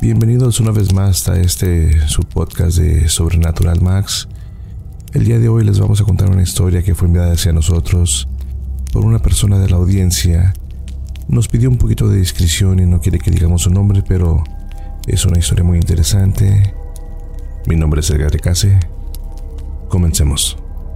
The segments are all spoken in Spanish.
Bienvenidos una vez más a su podcast de Sobrenatural Max. El día de hoy les vamos a contar una historia que fue enviada hacia nosotros por una persona de la audiencia. Nos pidió un poquito de discreción y no quiere que digamos su nombre, pero es una historia muy interesante. Mi nombre es Edgar Case. Comencemos.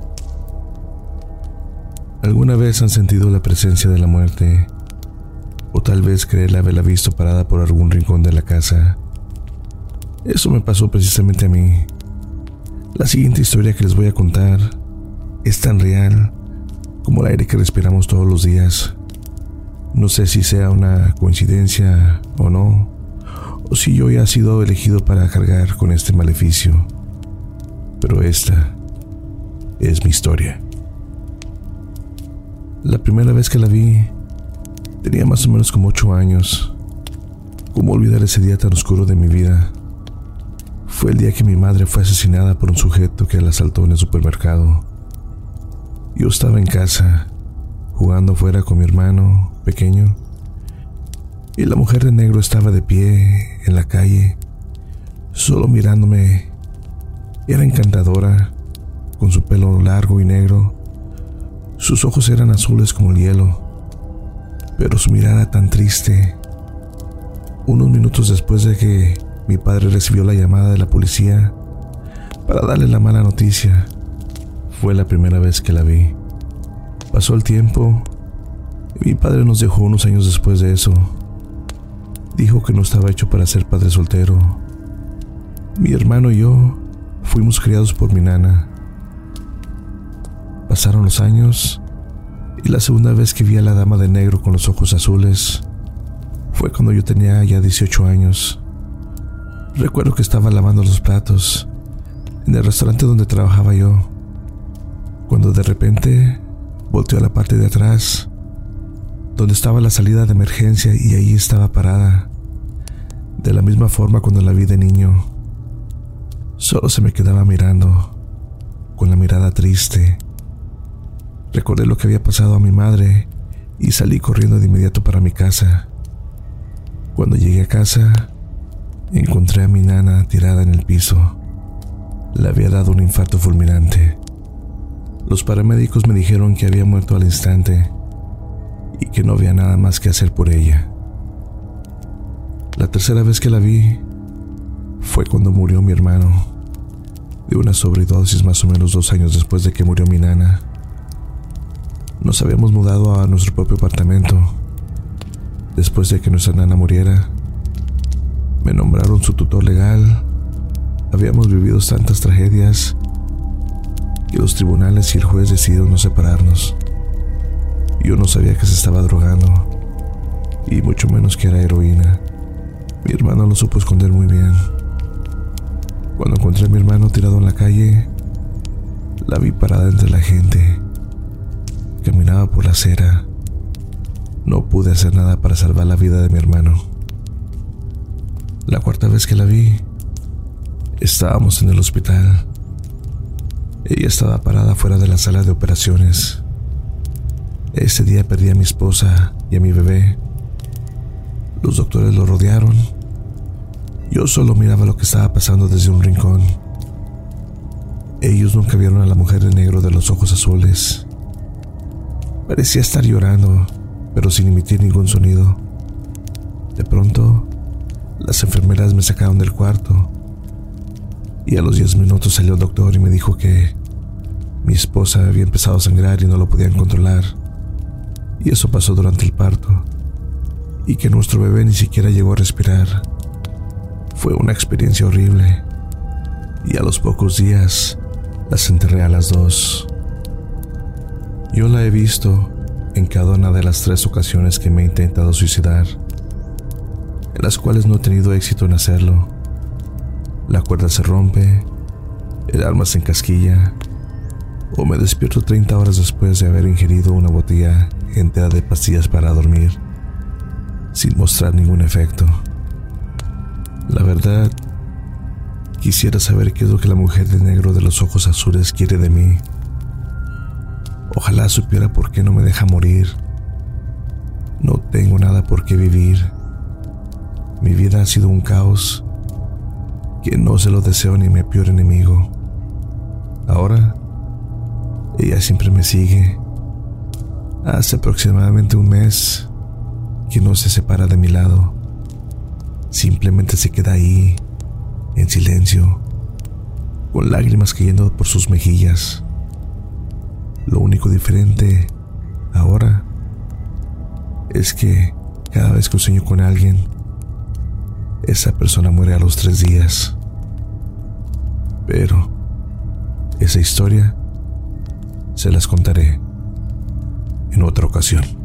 ¿Alguna vez han sentido la presencia de la muerte? O tal vez creer haberla visto parada por algún rincón de la casa. Eso me pasó precisamente a mí. La siguiente historia que les voy a contar es tan real como el aire que respiramos todos los días. No sé si sea una coincidencia o no, o si yo ya he sido elegido para cargar con este maleficio. Pero esta es mi historia. La primera vez que la vi, tenía más o menos como 8 años. ¿Cómo olvidar ese día tan oscuro de mi vida? Fue el día que mi madre fue asesinada por un sujeto que la asaltó en el supermercado. Yo estaba en casa, jugando afuera con mi hermano pequeño, y la mujer de negro estaba de pie en la calle, solo mirándome. Era encantadora, con su pelo largo y negro. Sus ojos eran azules como el hielo, pero su mirada tan triste. Unos minutos después de que mi padre recibió la llamada de la policía para darle la mala noticia, fue la primera vez que la vi. Pasó el tiempo y mi padre nos dejó unos años después de eso. Dijo que no estaba hecho para ser padre soltero. Mi hermano y yo fuimos criados por mi nana. Pasaron los años y la segunda vez que vi a la dama de negro con los ojos azules fue cuando yo tenía ya 18 años. Recuerdo que estaba lavando los platos en el restaurante donde trabajaba yo, cuando de repente volteó a la parte de atrás, donde estaba la salida de emergencia, y ahí estaba parada, de la misma forma cuando la vi de niño. Solo se me quedaba mirando, con la mirada triste. Recordé lo que había pasado a mi madre y salí corriendo de inmediato para mi casa. Cuando llegué a casa, encontré a mi nana tirada en el piso. Le había dado un infarto fulminante. Los paramédicos me dijeron que había muerto al instante y que no había nada más que hacer por ella. La tercera vez que la vi fue cuando murió mi hermano, de una sobredosis más o menos 2 años después de que murió mi nana. Nos habíamos mudado a nuestro propio apartamento. Después de que nuestra nana muriera, me nombraron su tutor legal. Habíamos vivido tantas tragedias que los tribunales y el juez decidieron no separarnos. Yo no sabía que se estaba drogando, y mucho menos que era heroína. Mi hermano lo supo esconder muy bien. Cuando encontré a mi hermano tirado en la calle, la vi parada entre la gente. Caminaba por la acera. No pude hacer nada para salvar la vida de mi hermano. La cuarta vez que la vi, estábamos en el hospital. Ella estaba parada fuera de la sala de operaciones. Ese día perdí a mi esposa y a mi bebé. Los doctores lo rodearon. Yo solo miraba lo que estaba pasando desde un rincón. Ellos nunca vieron a la mujer de negro de los ojos azules. Parecía estar llorando, pero sin emitir ningún sonido. De pronto, las enfermeras me sacaron del cuarto, y a los 10 minutos salió el doctor y me dijo que mi esposa había empezado a sangrar y no lo podían controlar, y eso pasó durante el parto, y que nuestro bebé ni siquiera llegó a respirar. Fue una experiencia horrible, y a los pocos días las enterré a las 2. Yo la he visto en cada una de las 3 ocasiones que me he intentado suicidar, en las cuales no he tenido éxito en hacerlo. La cuerda se rompe, el alma se encasquilla, o me despierto 30 horas después de haber ingerido una botella entera de pastillas para dormir, sin mostrar ningún efecto. La verdad, quisiera saber qué es lo que la mujer de negro de los ojos azules quiere de mí. Ojalá supiera por qué no me deja morir. No tengo nada por qué vivir. Mi vida vida ha sido un caos que no se lo deseo ni a mi peor enemigo. Ahora, ella siempre me sigue. Hace aproximadamente un mes que no se separa de mi lado. Simplemente se queda ahí, en silencio, con lágrimas cayendo por sus mejillas. Lo único diferente ahora es que cada vez que sueño con alguien, esa persona muere a los 3 días. Pero esa historia se las contaré en otra ocasión.